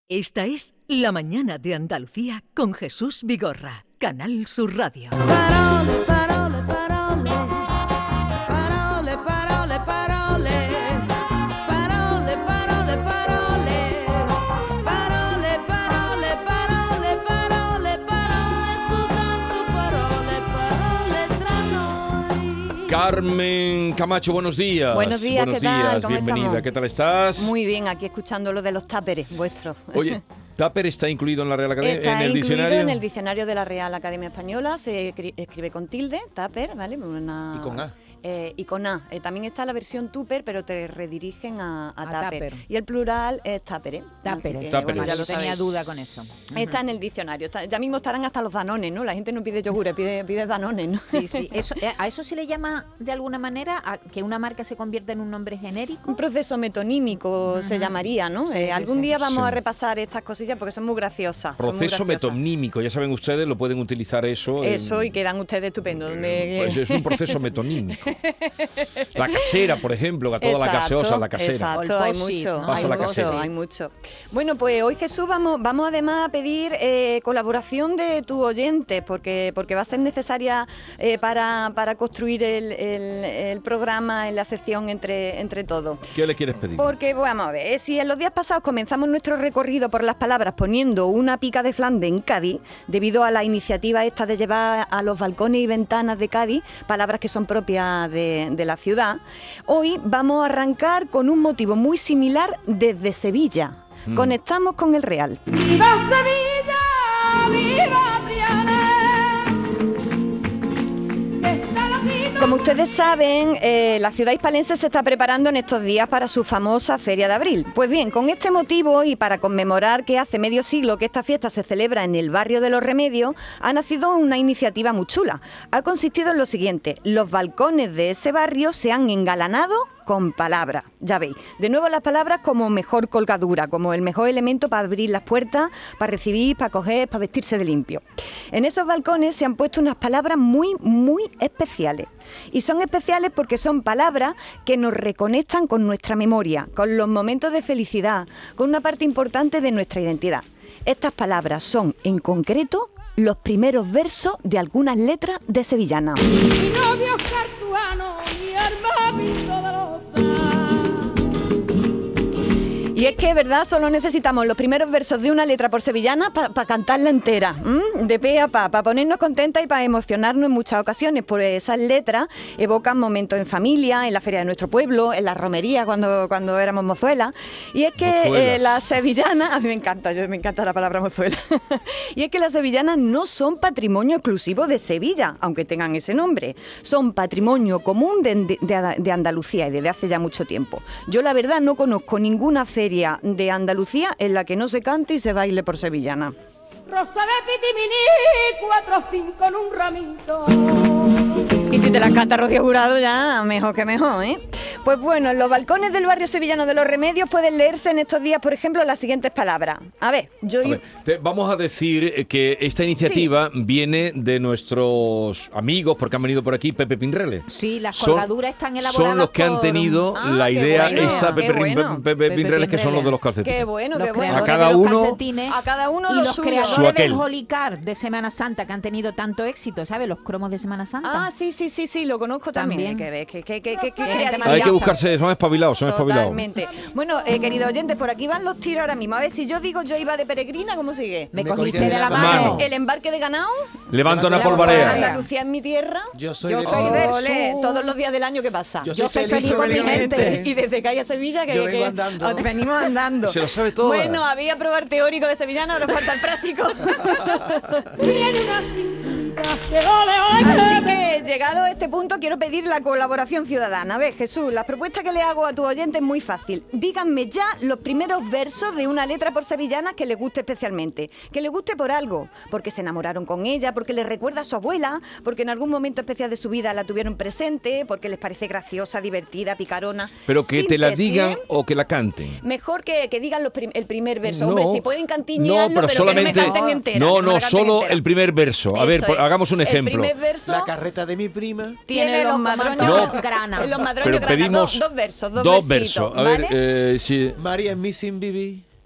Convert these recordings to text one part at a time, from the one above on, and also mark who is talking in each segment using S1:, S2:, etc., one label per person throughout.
S1: Esta es La Mañana de Andalucía con Jesús Vigorra, Canal Sur Radio.
S2: Parole, parole, parole, parole, parole, parole, parole, parole, parole, parole, parole, parole, parole, parole, soltanto parole, parole tra noi.
S3: Carmen Camacho, buenos días.
S4: Buenos días, ¿qué tal? ¿Cómo
S3: Bienvenida,
S4: estamos?
S3: ¿qué tal estás?
S4: Muy bien, aquí escuchando lo de los táperes vuestros.
S3: Oye, ¿Tupper está incluido en la Real Academia?
S4: Está
S3: ¿En el
S4: incluido
S3: diccionario?
S4: en el diccionario de la Real Academia Española, se escribe con tilde, tupper, ¿vale?
S5: Y con A.
S4: Y con A. También está la versión tupper, pero te redirigen a tupper.
S6: tupper.
S4: Y el plural es tapere.
S6: Táperes.
S4: Así que,
S3: Táperes.
S4: bueno, ya
S6: Yo
S4: lo
S6: tenía
S4: sabéis.
S6: duda con eso.
S4: Está en el diccionario. Ya mismo estarán hasta los danones, ¿no? La gente no pide yogures, pide danones, ¿no?
S6: Sí, sí. ¿A eso se le llama de alguna manera a que una marca se convierta en un nombre genérico?
S4: Un proceso metonímico se llamaría, ¿no?
S6: Sí, sí,
S4: Algún
S6: sí.
S4: día vamos
S3: Sí.
S4: a repasar estas cosillas porque son muy graciosas. son muy
S3: Proceso
S4: graciosas.
S3: metonímico, ya saben ustedes, lo pueden utilizar eso.
S4: Eso, y quedan ustedes estupendos.
S3: Pues es un proceso metonímico. La casera, por ejemplo, que a toda la gaseosa, la casera.
S4: Exacto,
S6: O el
S4: hay
S6: post-it,
S4: mucho,
S6: ¿no?
S3: Pasa
S4: hay
S3: la
S4: mucho,
S3: casera.
S4: hay mucho. Bueno, pues hoy, Jesús, vamos además a pedir colaboración de tus oyentes, porque va a ser necesaria para construir el programa en la sección entre todos.
S3: ¿Qué le quieres pedir?
S4: Porque, vamos a ver, si en los días pasados comenzamos nuestro recorrido por las palabras poniendo una pica de Flandes en Cádiz, debido a la iniciativa esta de llevar a los balcones y ventanas de Cádiz palabras que son propias de la ciudad, hoy vamos a arrancar con un motivo muy similar desde Sevilla. Conectamos con el Real.
S2: ¡Viva Sevilla! ¡Viva Triana! Que está latino.
S4: Como ustedes saben, la ciudad hispalense se está preparando en estos días para su famosa Feria de Abril. Pues bien, con este motivo y para conmemorar que hace medio siglo que esta fiesta se celebra en el barrio de Los Remedios, ha nacido una iniciativa muy chula. Ha consistido en lo siguiente: los balcones de ese barrio se han engalanado con palabras, ya veis. De nuevo las palabras como mejor colgadura, como el mejor elemento para abrir las puertas, para recibir, para coger, para vestirse de limpio. En esos balcones se han puesto unas palabras muy, muy especiales. Y son especiales porque son palabras que nos reconectan con nuestra memoria, con los momentos de felicidad, con una parte importante de nuestra identidad. Estas palabras son, en concreto, los primeros versos de algunas letras de sevillana.
S2: Mi novio Oscar Tuano, mi alma Pinto de Loza.
S4: Y es que, ¿verdad? Solo necesitamos los primeros versos de una letra por sevillana para cantarla entera, de pe a pa, para ponernos contentas y para emocionarnos en muchas ocasiones, porque esas letras evocan momentos en familia, en la feria de nuestro pueblo, en la romería cuando éramos mozuelas. Y es que
S3: Mozuelas.
S4: las sevillanas, a mí me encanta la palabra mozuela, y es que las sevillanas no son patrimonio exclusivo de Sevilla, aunque tengan ese nombre. Son patrimonio común de Andalucía y desde hace ya mucho tiempo. Yo la verdad no conozco ninguna feria de Andalucía en la que no se cante y se baile por sevillana.
S2: Rosa de pitimini, 4 o 5 en un ramito.
S4: Y si te las canta Rocío Jurado, ya mejor que mejor, ¿eh? Pues bueno, en los balcones del barrio sevillano de Los Remedios pueden leerse en estos días, por ejemplo, las siguientes palabras. A ver,
S3: A ver, vamos a decir que esta iniciativa viene de nuestros amigos, porque han venido por aquí, Pepe Pinrele.
S6: Sí, las
S3: Son-
S6: colgaduras están elaboradas
S3: Son los que han
S6: por-
S3: tenido la
S4: qué
S3: idea
S4: bueno,
S3: esta,
S4: qué
S3: Pepe,
S4: bueno.
S3: Pepe Pinreles, que son los de los calcetines.
S4: Qué bueno,
S6: Los
S4: qué bueno.
S3: A
S6: creadores
S3: cada
S6: de los
S3: uno-
S6: calcetines
S4: A cada uno
S6: y
S4: lo
S6: los
S4: suyo.
S3: Su
S6: creadores
S3: aquel.
S6: del Holy Card de Semana Santa, que han tenido tanto éxito, ¿sabes? Los cromos de Semana Santa.
S4: Ah, sí, lo conozco también.
S6: También.
S4: Que
S6: creatividad.
S3: Hay que buscarse, son espabilados,
S4: Totalmente. Bueno, queridos oyentes, por aquí van los tiros ahora mismo. A ver, si yo digo yo iba de peregrina, ¿cómo sigue?
S6: Me
S5: Me
S6: cogiste
S5: cogiste
S6: de la
S5: de la
S6: mano.
S3: mano.
S4: El embarque de ganado.
S3: Levanta una
S6: La
S3: polvareda.
S6: polvareda.
S4: Andalucía es mi tierra.
S5: Yo soy
S6: Yo
S5: de
S6: soy
S5: Sevilla.
S6: del
S4: Ole,
S6: sur.
S4: todos los días del año, ¿qué pasa?
S5: Yo
S6: Yo soy
S5: soy
S6: feliz por mi gente.
S4: Y desde que hay a Sevilla,
S5: Yo vengo andando.
S4: venimos andando.
S3: Se lo sabe toda.
S4: Bueno, había probar teórico de sevillana, ahora falta el práctico.
S2: Viene una cinta de ole, ole.
S4: Así que, llegado a este punto, quiero pedir la colaboración ciudadana. A ver, Jesús, la propuesta que le hago a tu oyente es muy fácil. Díganme ya los primeros versos de una letra por sevillana que les guste especialmente. Que les guste por algo. Porque se enamoraron con ella, porque les recuerda a su abuela, porque en algún momento especial de su vida la tuvieron presente, porque les parece graciosa, divertida, picarona.
S3: Pero que te la
S4: Síntesis,
S3: digan
S4: ¿eh?
S3: o que la canten.
S4: Mejor que digan el primer verso.
S3: No.
S4: Hombre, si pueden cantinearlo,
S3: pero solamente.
S4: que no me canten entera.
S3: No,
S4: que me la canten
S3: solo
S4: entera.
S3: el primer verso. A ver,
S4: Eso es.
S3: hagamos un ejemplo.
S4: El primer verso
S5: La carreta de mi prima.
S4: tiene los madroños
S3: No.
S6: grana.
S4: los madroños
S3: Pero
S4: grana.
S3: pedimos
S4: dos versos, dos
S3: dos
S4: versitos,
S3: versos. A ver,
S4: ¿vale?
S3: sí.
S5: María es mi sin vivir.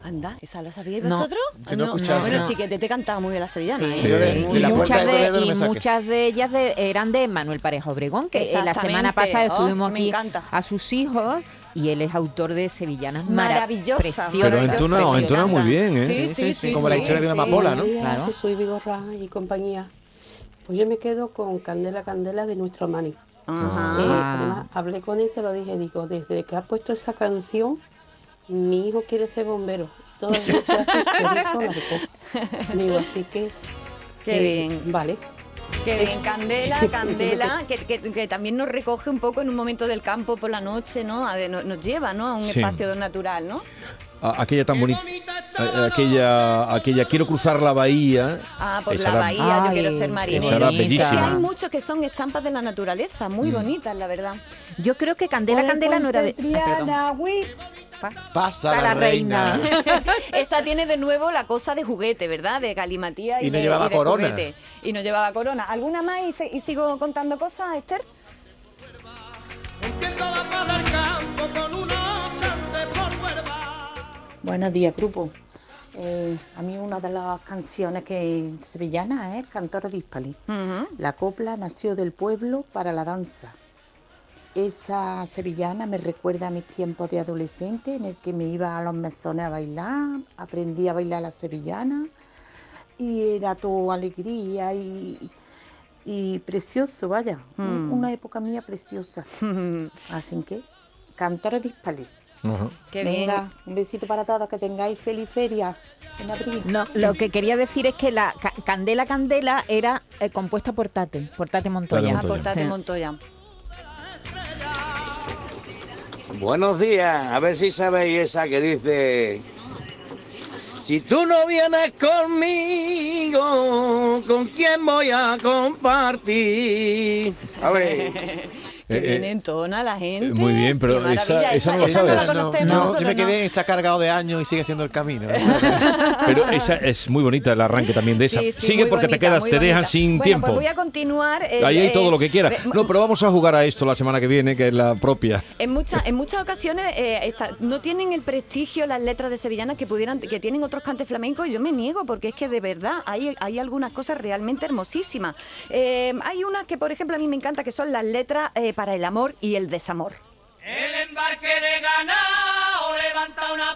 S4: Anda, ¿esa la sabíais
S6: No.
S4: vosotros?
S5: Yo no he escuchado.
S4: Bueno,
S6: No.
S4: Chiquete te cantaba muy bien la sevillana.
S6: Sí,
S4: ¿eh?
S5: Yo de-
S6: sí.
S5: de la
S6: Y
S5: Puerta
S6: muchas
S5: de Toledo no me
S6: y
S5: saqué.
S6: muchas de ellas eran de Manuel Pareja Obregón, que la semana
S4: Exactamente.
S6: pasada estuvimos
S4: Oh, me
S6: aquí
S4: encanta.
S6: a sus hijos y él es autor de sevillanas
S4: Maravillosa.
S6: preciosas.
S3: Pero entona muy bien, ¿eh?
S4: Sí, sí, sí.
S5: Como la
S4: sí,
S5: historia de una
S4: sí.
S5: amapola, ¿no?
S6: Claro.
S7: Que soy Vigorra y compañía. Pues yo me quedo con Candela Candela de nuestro Mani.
S4: Ajá.
S7: Además, hablé con él y se lo dije, digo, desde que ha puesto esa canción, mi hijo quiere ser bombero. Todas las noches hace chorizo a la boca. Digo, así que...
S4: Qué bien.
S7: Vale.
S4: Qué bien, Candela, que también nos recoge un poco en un momento del campo por la noche, ¿no? Nos lleva, ¿no? A un
S3: Sí.
S4: espacio natural, ¿no?
S3: Aquella tan bonita, aquella quiero cruzar la bahía.
S4: Ah, por
S3: esa
S4: la
S3: era-
S4: bahía, yo
S6: Ay,
S4: quiero ser
S6: qué
S4: marinero.
S3: Esa era
S6: bonita.
S3: bellísima.
S4: Es que hay muchos que son estampas de la naturaleza, muy bonitas, la verdad.
S6: Yo creo que Candela Candela no era de... Ay, perdón.
S5: Pasa
S6: Está
S5: la
S6: la
S5: reina.
S4: Esa tiene de nuevo la cosa de juguete, ¿verdad? De galimatía y,
S5: Y no
S4: de,
S5: llevaba
S4: y de
S5: corona.
S4: juguete. Y no llevaba corona. ¿Alguna más y sigo contando cosas, Esther?
S7: Buenos días, grupo. A mí una de las canciones que sevillanas es Cantore Dispali. La copla nació del pueblo para la danza. Esa sevillana me recuerda a mis tiempos de adolescente en el que me iba a los mesones a bailar, aprendí a bailar la sevillana y era todo alegría y precioso, vaya, una época mía preciosa. Así que, Cantore Dispali.
S3: Ajá.
S4: Qué bien.
S7: Venga, un besito para todos, que tengáis feliz feria en abril.
S6: No, lo que quería decir es que la Candela Candela era compuesta por Tate Montoya.
S3: Montoya.
S4: Aportate
S6: Sí.
S4: Montoya.
S8: Buenos días, a ver si sabéis esa que dice: si tú no vienes conmigo, ¿con quién voy a compartir? A ver.
S4: Que bien entona la gente.
S3: muy bien, pero
S4: Qué maravilla.
S3: esa no la
S4: esa
S3: sabes.
S4: la conocemos
S5: Yo
S4: nosotros,
S5: me
S4: ¿no?
S5: quedé, está cargado de años y sigue haciendo el camino.
S3: Pero esa es muy bonita, el arranque también de esa.
S4: Sí, sí,
S3: Sigue
S4: muy
S3: porque
S4: bonita,
S3: te quedas,
S4: muy
S3: te dejan
S4: bonita.
S3: sin
S4: Bueno,
S3: tiempo.
S4: Pues voy a continuar.
S3: Ahí hay todo lo que quieras. No, pero vamos a jugar a esto la semana que viene, que es la propia.
S4: En muchas ocasiones no tienen el prestigio las letras de sevillanas que tienen otros cantes flamencos, y yo me niego, porque es que de verdad hay algunas cosas realmente hermosísimas. Hay unas que, por ejemplo, a mí me encanta, que son las letras para el amor y el desamor.
S2: El embarque de ganado levanta una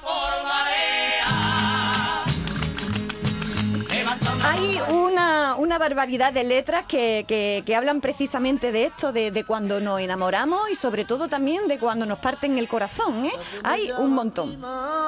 S2: polvareda.
S4: Hay una barbaridad de letras que hablan precisamente de esto, de cuando nos enamoramos y sobre todo también de cuando nos parten el corazón, ¿eh? Hay un montón.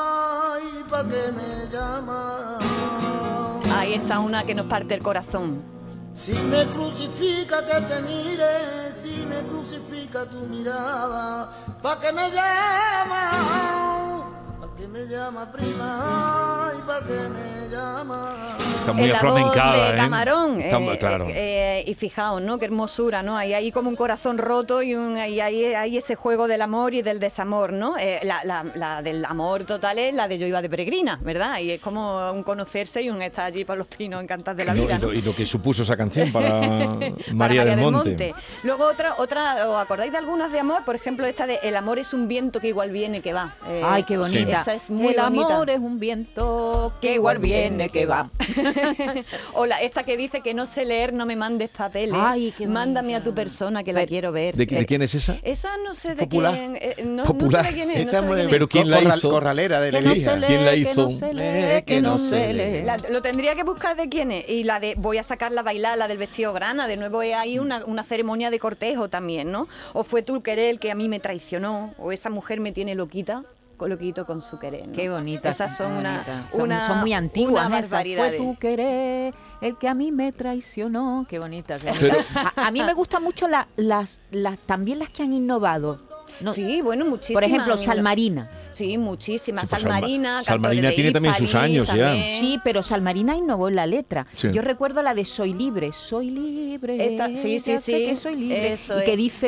S4: Ahí está una que nos parte el corazón.
S2: Si me crucifica que te mire, si me crucifica tu mirada, ¿pa' qué me llama? ¿Pa' qué me llama prima? ¿Y pa' qué me llama?
S3: Está muy
S4: En la voz
S3: aflamencada,
S4: de Camarón.
S3: Claro.
S4: Y fijaos, ¿no? Qué hermosura, ¿no? Hay ahí como un corazón roto y hay ese juego del amor y del desamor, ¿no? La del amor total es la de Yo iba de peregrina, ¿verdad? Y es como un conocerse y un estar allí por los pinos encantados de la vida, ¿no?
S3: Y lo que supuso esa canción para
S4: Para
S3: María del Monte.
S4: Luego otra, ¿os acordáis de algunas de amor? Por ejemplo, esta de El amor es un viento que igual viene que va.
S6: Ay, qué bonita.
S4: Esa es muy
S6: El
S4: bonita.
S6: amor es un viento que igual viene que va.
S4: O esta que dice que no sé leer, no me mandes papeles.
S6: Ay, qué
S4: Mándame
S6: bonita.
S4: a tu persona que la quiero ver.
S3: ¿De quién es esa?
S4: Esa no sé de
S5: Popular.
S4: quién. No
S3: Popular.
S4: sé de quién es.
S5: Esta
S4: no sé de quién es.
S3: Pero ¿quién la hizo?
S5: Corralera de la
S6: Que no
S5: iglesia.
S6: se lee,
S3: ¿Quién la
S6: que
S3: hizo?
S6: no se lee, que no se lee.
S4: Lo tendría que buscar de quién es. Y la de voy a sacarla a bailar, la del vestido grana. De nuevo hay una ceremonia de cortejo también, ¿no? O fue tu querer el que a mí me traicionó. O esa mujer me tiene loquito con su querer, ¿no?
S6: Qué bonita.
S4: Esas son
S6: son muy antiguas.
S4: una
S6: esas.
S4: barbaridad.
S6: Fue tu querer el que a mí me traicionó. Qué bonita.
S3: Pero-
S6: A mí me gustan mucho también las que han innovado. No,
S4: Sí, bueno, muchísimas.
S6: por ejemplo, Salmarina.
S4: Sí, muchísimas.
S3: Sí, pues
S4: Salmarina.
S3: Salmarina
S4: Cantores de
S3: tiene también sus
S4: Hispali,
S3: años ya.
S4: también.
S6: Sí, pero Salmarina innovó en la letra.
S3: Sí.
S6: Yo recuerdo la de Soy libre,
S4: Esta- sí,
S6: ya
S4: sí,
S6: sé
S4: sí,
S6: que soy libre.
S4: eso
S6: Y que
S4: es.
S6: dice,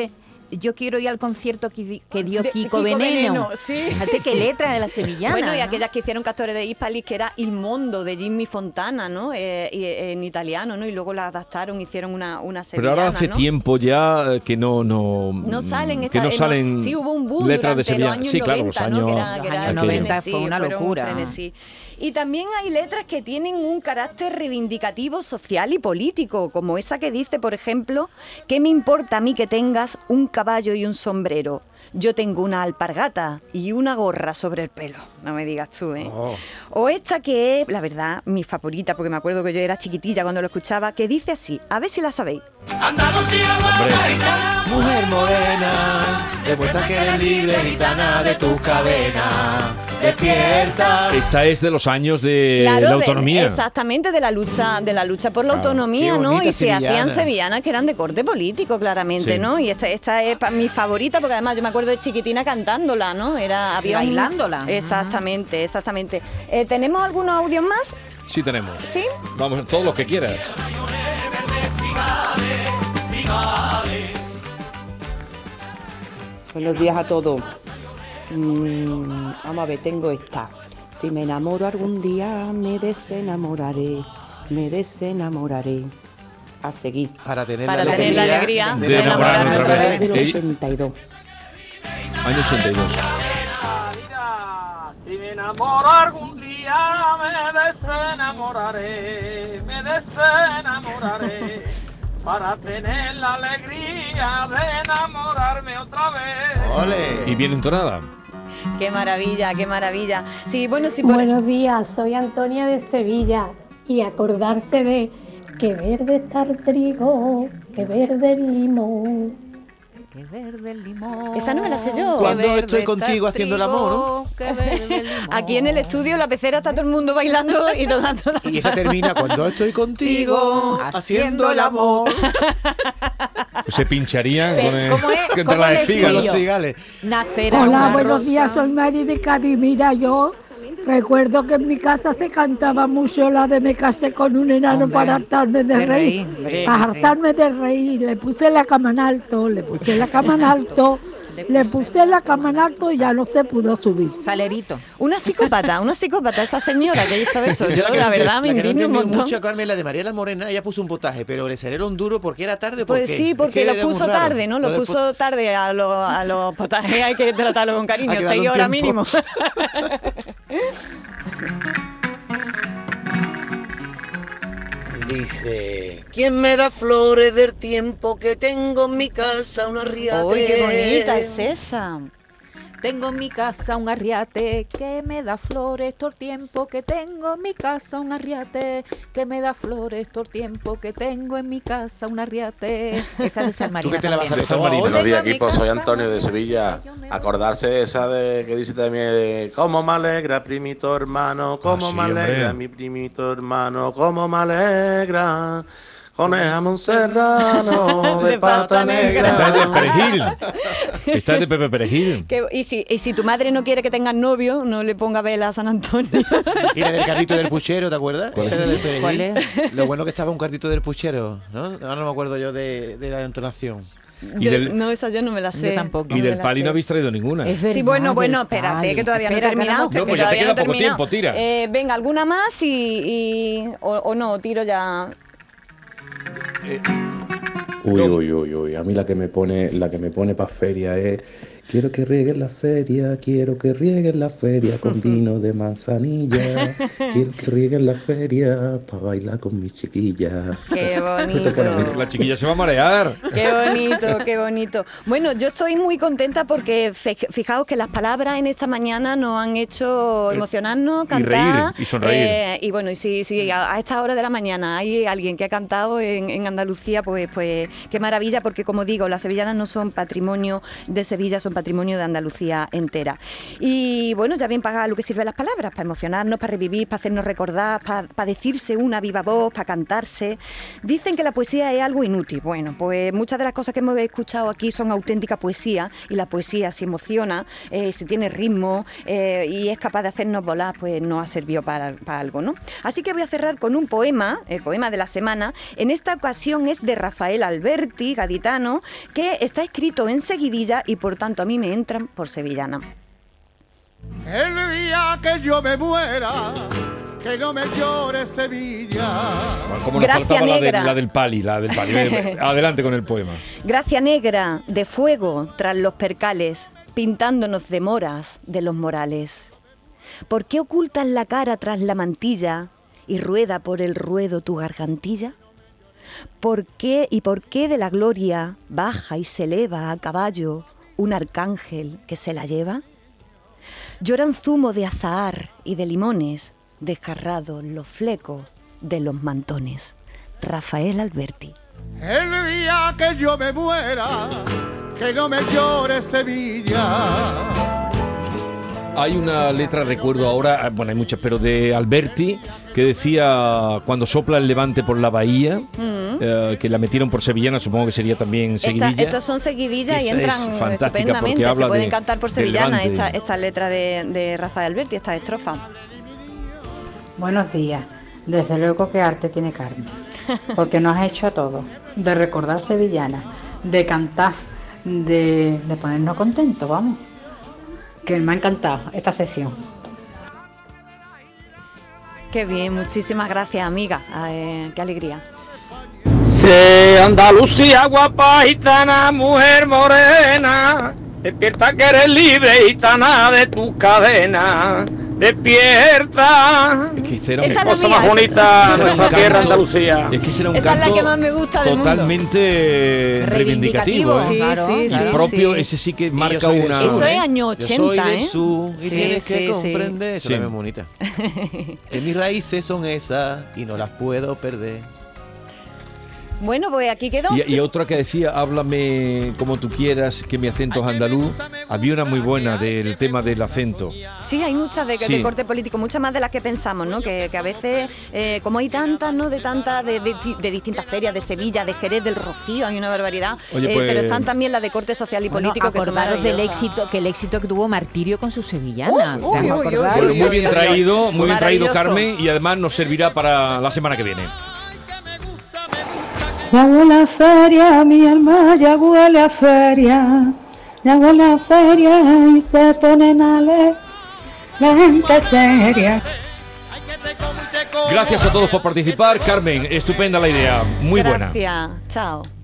S6: yo quiero ir al concierto que dio
S4: De
S6: Kiko
S4: Kiko
S6: Veneno.
S4: sí.
S6: Fíjate qué letra de la sevillana.
S4: Bueno, y
S6: ¿no?
S4: aquellas que hicieron Castores de Hispalis, que era Il Mondo de Jimmy Fontana, ¿no? En italiano, ¿no? Y luego la adaptaron, hicieron una sevillana,
S3: Pero ahora hace
S4: ¿no?
S3: tiempo ya que no
S4: salen
S3: que no salen
S4: sí, hubo un boom
S3: letras de
S4: durante
S3: sevillana.
S4: los años
S3: Sí,
S4: 90,
S3: claro, los años,
S4: ¿no?
S6: Los años 90 fue una
S4: fueron un
S6: locura.
S4: frenesí. Y también hay letras que tienen un carácter reivindicativo social y político, como esa que dice, por ejemplo, ¿qué me importa a mí que tengas un caballo y un sombrero? Yo tengo una alpargata y una gorra sobre el pelo. No me digas tú, ¿eh?
S5: Oh.
S4: O esta que es, la verdad, mi favorita, porque me acuerdo que yo era chiquitilla cuando lo escuchaba, que dice así, a ver si la sabéis.
S5: Mujer morena, demuestra que eres libre, gitana de tus cadenas. Despierta.
S3: Esta es de los años de
S4: Claro,
S3: la autonomía.
S4: Exactamente, de la lucha por la autonomía,
S5: Qué
S4: ¿no?
S5: bonita
S4: Y se hacían
S5: sevillana.
S4: sevillanas que eran de corte político, claramente,
S3: Sí.
S4: ¿no? Y esta es mi favorita, porque además yo me acuerdo de chiquitina cantándola, ¿no? Había
S6: bailándola.
S4: Exactamente, exactamente. ¿Tenemos algunos audios más?
S3: Sí tenemos.
S4: ¿Sí?
S3: Vamos, todos los que quieras.
S9: Buenos días a todos. Vamos a ver, tengo esta. Si me enamoro algún día, me desenamoraré. A seguir.
S5: Para tener
S4: Para
S5: la
S4: tener la alegría
S3: de enamorarme otra vez.
S9: Del
S3: ¿Eh?
S9: 82.
S3: Año 82.
S10: Si me enamoro algún día me desenamoraré para tener la alegría de enamorarme otra vez.
S5: ¡Ole!
S3: Y bien entonada.
S4: Qué maravilla, qué maravilla. Sí, bueno, sí.
S11: Buenos días, soy Antonia de Sevilla y acordarse de que verde está el trigo, que verde el limón.
S6: Qué verde el limón.
S4: Esa no me la sé yo.
S5: Cuando
S6: Qué verde
S5: estoy
S6: está
S5: contigo haciendo el amor, ¿no?
S6: Qué verde el limón.
S4: Aquí en el estudio, la pecera, está todo el mundo bailando y tocando la
S5: Y esa termina cuando estoy contigo, haciendo el amor.
S3: Se pincharían
S6: Pero,
S3: con el,
S6: ¿cómo es?
S3: entre
S6: ¿Cómo
S3: las
S6: es el
S3: espigas.
S6: tuyo?
S5: Los trigales.
S6: Nacerá
S11: Hola,
S6: una
S11: buenos
S6: rosa.
S11: días, soy Mari de Cádiz. Mira, yo recuerdo que en mi casa se cantaba mucho la de me casé con un enano
S6: Hombre,
S11: para hartarme de
S6: de
S11: reír.
S6: reír, sí,
S11: Para
S6: sí.
S11: hartarme de reír, le puse la cama en alto, le puse la cama en alto y ya no se pudo subir.
S6: Salerito.
S4: Una psicópata, esa señora que hizo eso. Yo,
S5: que
S4: la
S5: no
S4: verdad,
S5: enti-
S4: me
S5: la que no
S4: indigno un
S5: entendí
S4: montón.
S5: mucho, Carmen, la de María la Morena, ella puso un potaje, pero le salieron duro porque era tarde. ¿Por
S4: Pues
S5: qué?
S4: sí,
S5: Es
S4: porque
S5: que
S4: lo
S5: era muy
S4: puso
S5: raro.
S4: tarde, ¿no? Lo
S5: del
S4: puso tarde a los potajes, hay que tratarlo con cariño,
S5: Hay que darle
S4: 6
S5: un
S4: horas
S5: tiempo.
S4: mínimo.
S12: Dice, ¿quién me da flores del tiempo que tengo en mi casa una riata?
S4: ¡Uy, qué bonita es esa!
S6: Tengo en mi casa un arriate que me da flores todo el tiempo que tengo en mi casa un arriate que me da flores todo el tiempo que tengo en mi casa un arriate. Esa de San Marino.
S5: ¿Tú qué te la vas a
S6: también.
S5: hacer toda hoy?
S13: Buenos días,
S6: Tengo mi
S13: equipo. Soy
S6: casa,
S13: Antonio de Sevilla. Acordarse esa de que dice también, cómo me alegra, primito hermano, cómo
S3: sí,
S13: me alegra,
S3: hombre.
S13: mi primito hermano, cómo me alegra. Con el jamón serrano de pata negra.
S3: Esta es de Perejil. Esta es de Pepe Perejil.
S4: Y si tu madre no quiere que tengas novio, no le ponga vela a San Antonio.
S5: Y la del carrito del puchero, ¿te acuerdas?
S3: ¿Cuál es
S5: Esa era
S3: esa?
S5: del Perejil.
S6: ¿Cuál es?
S5: Lo bueno que estaba un cartito del puchero, ¿no? Ahora no me acuerdo yo de la entonación.
S3: Y del-
S4: No, esa yo no me la sé.
S6: Yo tampoco.
S3: Y
S4: No
S3: del
S4: me la
S3: pali
S4: sé.
S3: no habéis traído ninguna.
S6: Es verdad,
S4: Sí, bueno,
S6: del
S4: espérate,
S6: pali.
S4: que todavía
S6: Espera,
S4: no he terminado.
S6: que no hemos
S3: No, pues ya te
S4: todavía
S3: queda
S4: no he
S3: poco
S4: terminado.
S3: tiempo, tira.
S4: Venga, alguna más o no, tiro ya.
S14: Uy, a mí la que me pone pa' feria es quiero que rieguen la feria con vino de manzanilla, quiero que rieguen la feria para bailar con mis chiquillas.
S4: Qué bonito.
S3: La chiquilla se va a marear.
S4: Qué bonito, qué bonito. Bueno, yo estoy muy contenta porque fijaos que las palabras en esta mañana nos han hecho emocionarnos,
S3: Y
S4: cantar.
S3: reír, y sonreír.
S4: Y bueno, y si a esta hora de la mañana hay alguien que ha cantado en Andalucía, pues qué maravilla, porque como digo, las sevillanas no son patrimonio de Sevilla, son patrimonio de Andalucía entera. Y bueno, ya bien para lo que sirven las palabras, para emocionarnos, para revivir, para hacernos recordar, para decirse una viva voz, para cantarse. Dicen que la poesía es algo inútil. Bueno, pues muchas de las cosas que hemos escuchado aquí son auténtica poesía, y la poesía si emociona, si tiene ritmo y es capaz de hacernos volar, pues nos ha servido para algo, ¿no? Así que voy a cerrar con un poema, el poema de la semana. En esta ocasión es de Rafael Alberti, gaditano, que está escrito en seguidilla y por tanto a mí me entran por sevillana.
S2: El día que yo me muera, que no me llore Sevilla.
S3: Bueno, como nos faltaba la del Pali. Adelante con el poema.
S4: Gracia negra de fuego tras los percales, pintándonos de moras de los morales. ¿Por qué ocultas la cara tras la mantilla y rueda por el ruedo tu gargantilla? ¿Por qué de la gloria baja y se eleva a caballo un arcángel que se la lleva? Lloran zumo de azahar y de limones, desgarrados los flecos de los mantones. Rafael Alberti.
S2: El día que yo me muera, que no me llore Sevilla.
S3: Hay una letra, recuerdo ahora, bueno, hay muchas, pero de Alberti, que decía cuando sopla el levante por la bahía, que la metieron por sevillana, supongo que sería también seguidilla.
S4: Estos son seguidillas y entran
S3: estupendamente.
S4: Se pueden cantar por sevillana
S3: levante.
S4: esta letra de Rafael Alberti, esta estrofa.
S15: Buenos días. Desde luego que arte tiene Carmen, porque nos ha hecho a todos, de recordar sevillana, de cantar, de ponernos contentos, vamos. Que me ha encantado esta sesión.
S4: Qué bien, muchísimas gracias, amiga. Qué alegría.
S10: Sé Andalucía guapa, gitana, mujer morena, despierta que eres libre, gitana, de tus cadenas. Despierta.
S3: Es que esa era
S10: la cosa más bonita de nuestra tierra, Andalucía.
S3: Es que ese era un
S4: esa
S3: canto
S4: es la que más me gusta del
S3: totalmente reivindicativo.
S4: Sí, claro, sí,
S3: el propio, ese sí que marca una.
S4: Eso es año 80,
S5: yo soy del sur y tienes que comprender.
S3: Sí.
S5: Eso es muy bonita. Mis raíces son esas y no las puedo perder.
S4: Bueno, pues aquí quedó.
S3: Y otra que decía, háblame como tú quieras, que mi acento es andaluz. Había una muy buena del tema del acento.
S4: Sí, hay muchas de corte político, muchas más de las que pensamos, ¿no? Que a veces, como hay tantas, ¿no? De distintas ferias, de Sevilla, de Jerez, del Rocío, hay una barbaridad.
S3: Oye, pues,
S4: pero están también las de corte social y político.
S6: Acordaros del éxito que tuvo Martirio con su sevillana.
S3: Bueno, muy bien traído, Carmen, y además nos servirá para la semana que viene.
S16: Ya huele a feria, mi alma ya huele a feria, ya huele a feria y se ponen a leer la gente seria.
S3: Gracias a todos por participar. Carmen, estupenda la idea, muy buena.
S4: Gracias, chao.